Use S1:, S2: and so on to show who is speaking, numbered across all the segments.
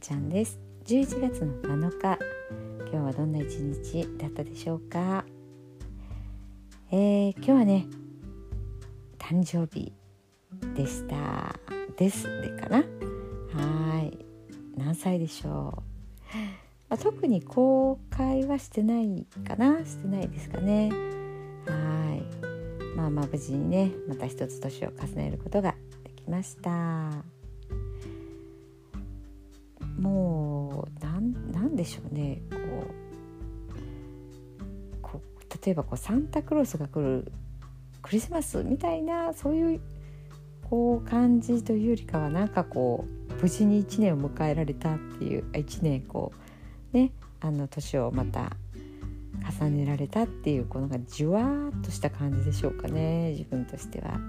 S1: ちゃんです。11月の7日、今日はどんな一日だったでしょうか。今日はね、誕生日でしたですでかな。何歳でしょう。特に公開はしてないかな、してないですかね。無事にね、また一つ年を重ねることができました。もうなんでしょうね、例えばサンタクロースが来るクリスマスみたいな、そういう感じというよりかは、無事に1年を迎えられたっていう、1年年をまた重ねられたっていう、じわーっとした感じでしょうかね、自分としては。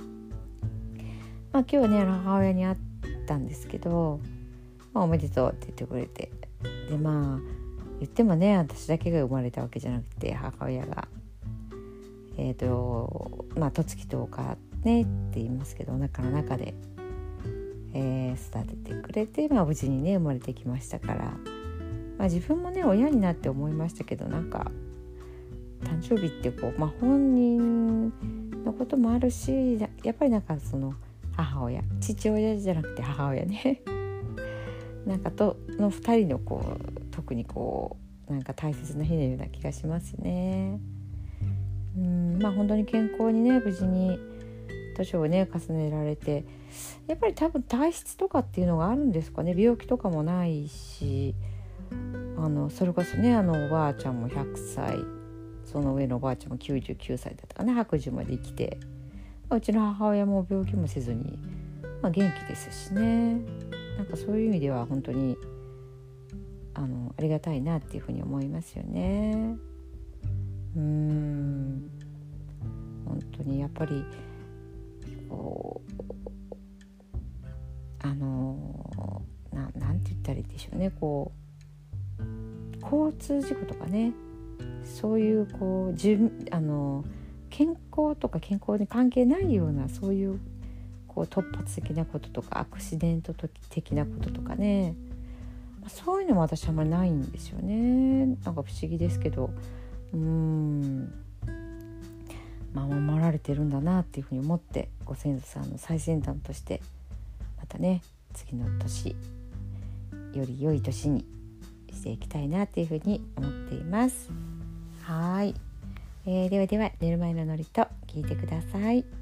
S1: 今日はね、母親に会ったんですけど、おめでとうって言ってくれて、で言ってもね、私だけが生まれたわけじゃなくて、母親が十月10日ねって言いますけど、お腹の中で、育ててくれて、無事にね生まれてきましたから、自分もね親になって思いましたけど、誕生日って本人のこともあるし、やっぱりその母親、父親じゃなくて母親ねとの2人の特に大切な日のような気がしますね。本当に健康にね、無事に年をね重ねられて、やっぱり多分体質とかっていうのがあるんですかね。病気とかもないし、それこそね、おばあちゃんも100歳、その上のおばあちゃんも99歳だったかね、白寿まで生きて、うちの母親も病気もせずに、元気ですしね。そういう意味では本当にありがたいなっていうふうに思いますよね。本当にやっぱりなんて言ったらいいでしょうね、交通事故とかね、そういう健康とか健康に関係ないような、そういう突発的なこととか、アクシデント的なこととかね、そういうのも私あんまりないんですよね。不思議ですけど、守られてるんだなっていうふうに思って、ご先祖さんの最先端としてまたね、次の年より良い年にしていきたいなっていうふうに思っています。では寝る前の祝詞聞いてください。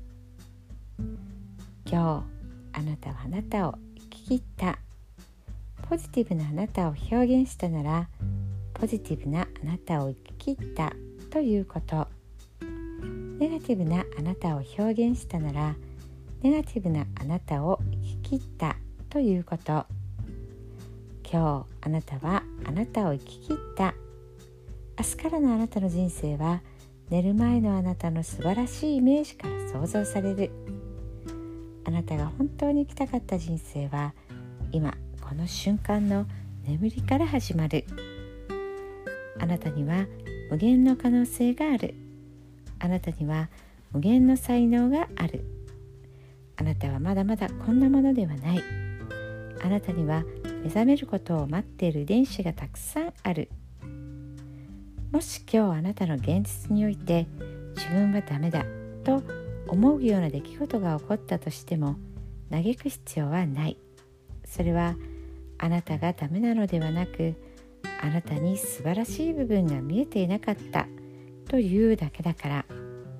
S1: 今日あなたはあなたを生き切った。ポジティブなあなたを表現したなら、ポジティブなあなたを生き切ったということ。ネガティブなあなたを表現したなら、ネガティブなあなたを生き切ったということ。今日あなたはあなたを生き切った。明日からのあなたの人生は、寝る前のあなたの素晴らしいイメージから想像される。あなたが本当に生きたかった人生は、今この瞬間の眠りから始まる。あなたには無限の可能性がある。あなたには無限の才能がある。あなたはまだまだこんなものではない。あなたには目覚めることを待っている遺伝子がたくさんある。もし今日あなたの現実において、自分はダメだと思うような出来事が起こったとしても、嘆く必要はない。それはあなたがダメなのではなく、あなたに素晴らしい部分が見えていなかったというだけだから。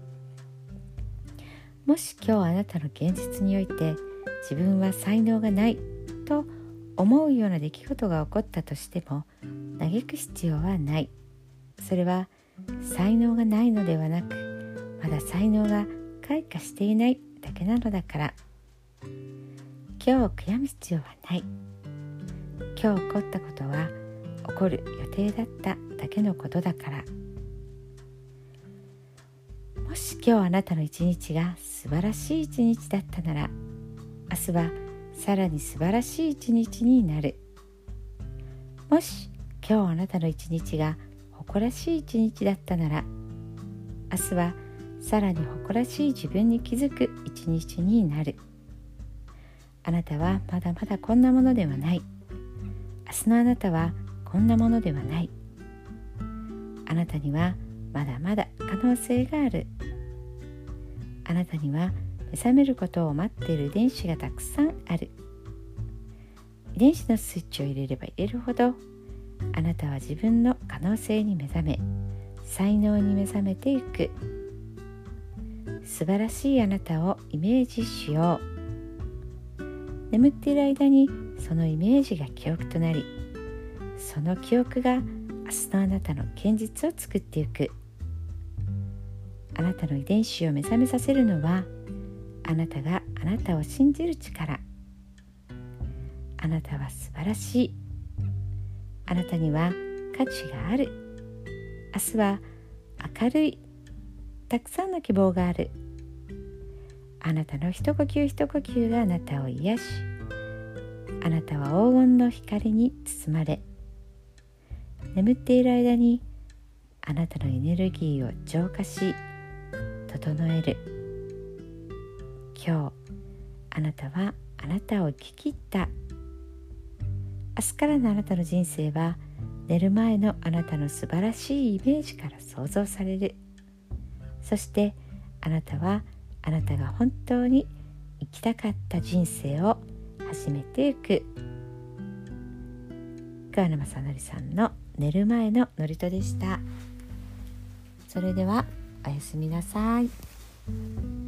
S1: もし今日あなたの現実において、自分は才能がないと思うような出来事が起こったとしても、嘆く必要はない。それは才能がないのではなく、まだ才能が開花していないだけなのだから。今日悔やむ必要はない。今日起こったことは起こる予定だっただけのことだから。もし今日あなたの一日が素晴らしい一日だったなら、明日はさらに素晴らしい一日になる。もし今日あなたの一日が誇らしい一日だったなら、明日はさらに誇らしい自分に気づく一日になる。あなたはまだまだこんなものではない。 明日のあなたはこんなものではない。あなたにはまだまだ可能性がある。あなたには目覚めることを待っている遺伝子がたくさんある。遺伝子のスイッチを入れれば入れるほど、あなたは自分の可能性に目覚め、才能に目覚めていく。素晴らしいあなたをイメージしよう。眠っている間にそのイメージが記憶となり、その記憶が明日のあなたの現実を作っていく。あなたの遺伝子を目覚めさせるのは、あなたがあなたを信じる力。あなたは素晴らしい。あなたには価値がある。明日は明るい。たくさんの希望がある。あなたの一呼吸一呼吸があなたを癒し、あなたは黄金の光に包まれ、眠っている間にあなたのエネルギーを浄化し、整える。今日、あなたはあなたを生き切った。明日からのあなたの人生は、寝る前のあなたの素晴らしいイメージから想像される。そしてあなたはあなたが本当に生きたかった人生を始めていく。桑名正則さんの寝る前の祝詞でした。それではおやすみなさい。